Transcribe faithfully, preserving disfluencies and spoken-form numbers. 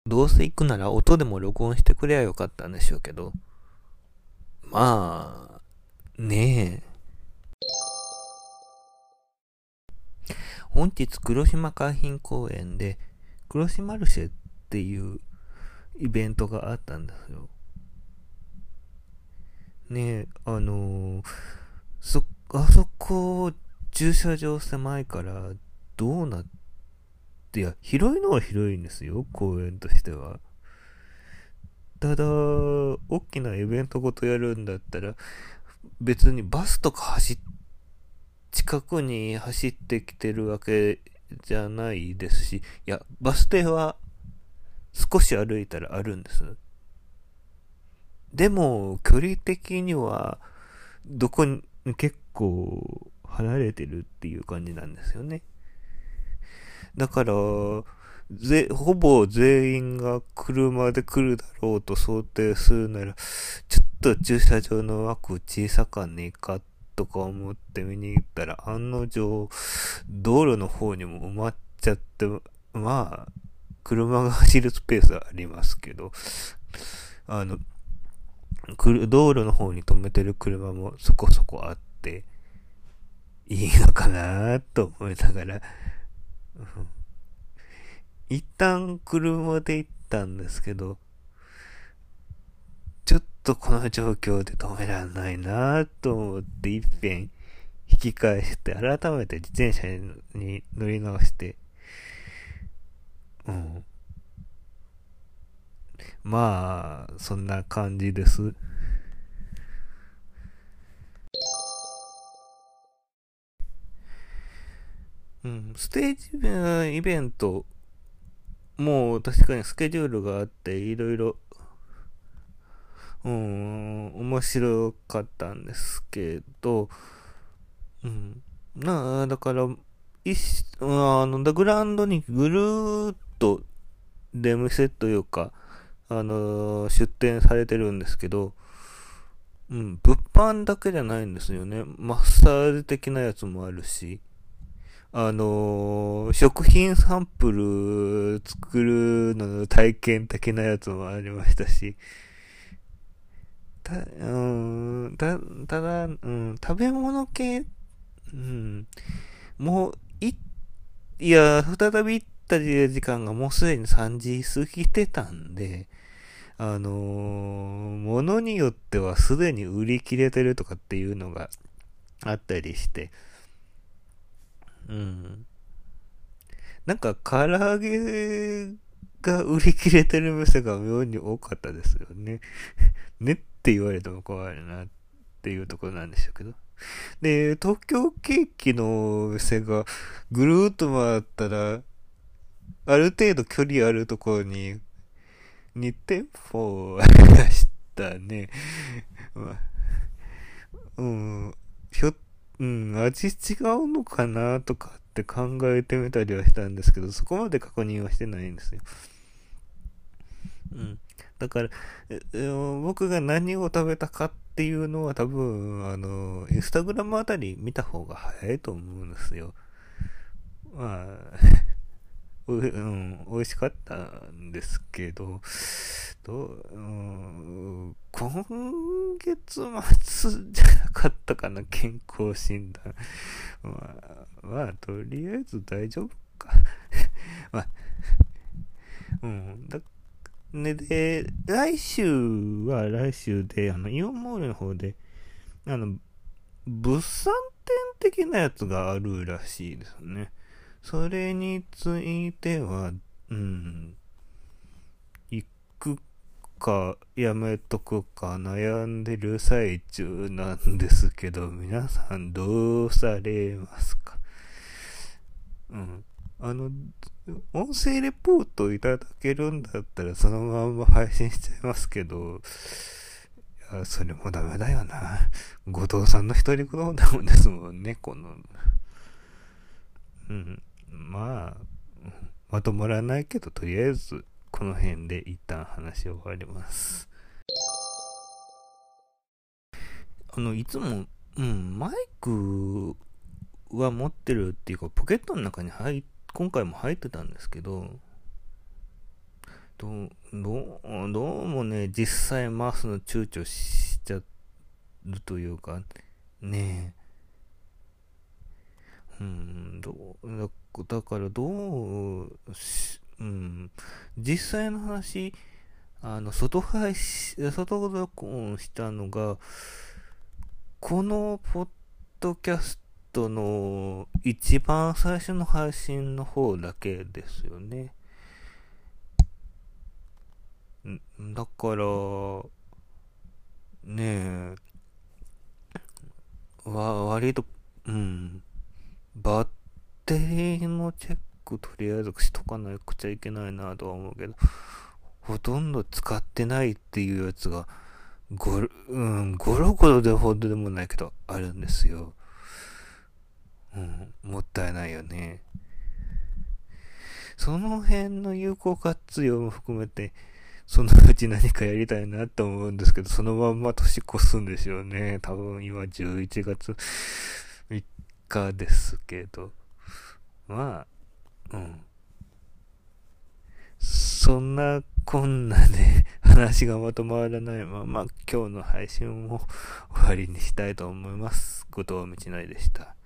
どうせ行くなら音でも録音してくればよかったんでしょうけど、まあ、ねえ。本日黒島海浜公園で黒島マルシェっていうイベントがあったんですよ。ねえ、あのー、そ、あそこ駐車場狭いからどうなって、いや、広いのは広いんですよ、公園としては。ただ、大きなイベントごとやるんだったら、別にバスとか走っ、近くに走ってきてるわけじゃないですし、いや、バス停は少し歩いたらあるんです。でも、距離的には、どこに、結構離れてるっていう感じなんですよね。だから、ぜ、ほぼ全員が車で来るだろうと想定するなら、ちょっと駐車場の枠小さかねえかとか思って見に行ったら、案の定、道路の方にも埋まっちゃって、まあ、車が走るスペースはありますけど、あの、道路の方に止めてる車もそこそこあって、いいのかなと思いながら、一旦車で行ったんですけど、ちょっとこの状況で止められないなと思って一遍引き返して改めて自転車に乗り直して、うん。まあ、そんな感じです。うん。ステージイベント、もう確かにスケジュールがあっていろいろ、うん、面白かったんですけど、うん。なあ、だから、いし、あの、グラウンドにぐるーっと出店というか、あのー出店されてるんですけど、うん、物販だけじゃないんですよね。マッサージ的なやつもあるし、あのー食品サンプル作るのの体験的なやつもありましたし、た、うん、た、ただ、うん、食べ物系、うん、もう、い、いや、再び行った時間がもうすでにさんじ過ぎてたんで、あのー、ものによってはすでに売り切れてるとかっていうのがあったりして、うん。なんか、唐揚げが売り切れてる店が妙に多かったですよね。ねって言われても怖いなっていうところなんでしょうけど。で、東京ケーキの店がぐるーっと回ったら、ある程度距離あるところにに店舗ありましたね。まあ、うん、ひょ、うん、味違うのかなとかって考えてみたりはしたんですけど、そこまで確認はしてないんですよ。うん。だから、え僕が何を食べたかっていうのは多分、あの、インスタグラムあたり見た方が早いと思うんですよ。まあ、う、うん、美味しかったんですけど、どう、うん、今月末じゃなかったかな、健康診断。まあ、まあ、とりあえず大丈夫か。まあ、うん。だね、で、来週は来週で、あの、イオンモールの方で、あの、物産展的なやつがあるらしいですね。それについては、うん、行くかやめとくか悩んでる最中なんですけど、皆さんどうされますか？うん。あの、音声レポートいただけるんだったらそのまんま配信しちゃいますけど、いや、それもダメだよな。後藤さんの一人子供だもんですもんね、この。うん。まあ、まとまらないけど、とりあえず、この辺で一旦話を終わります。あの、いつも、うん、マイクは持ってるっていうか、ポケットの中に入っ、今回も入ってたんですけど、 どう、どう、どうもね、実際回すの躊躇しちゃうというか、ねえ、うん、どう、だだからどうし、うん、実際の話、あの、外配信、外録音したのが、このポッドキャストの一番最初の配信の方だけですよね。んだから、ねえ、わ、割と、うん、バッテリーのチェックとりあえずしとかなくちゃいけないなとは思うけど、ほとんど使ってないっていうやつが、ご、うん、ゴロゴロでほどでもないけど、あるんですよ。うん、もったいないよね。その辺の有効活用も含めて、そのうち何かやりたいなと思うんですけど、そのまんま年越すんでしょうね。多分今じゅういちがつみっかですけど。まあ、うん。そんなこんなで話がまとまらないまま今日の配信も終わりにしたいと思います。後藤道のりでした。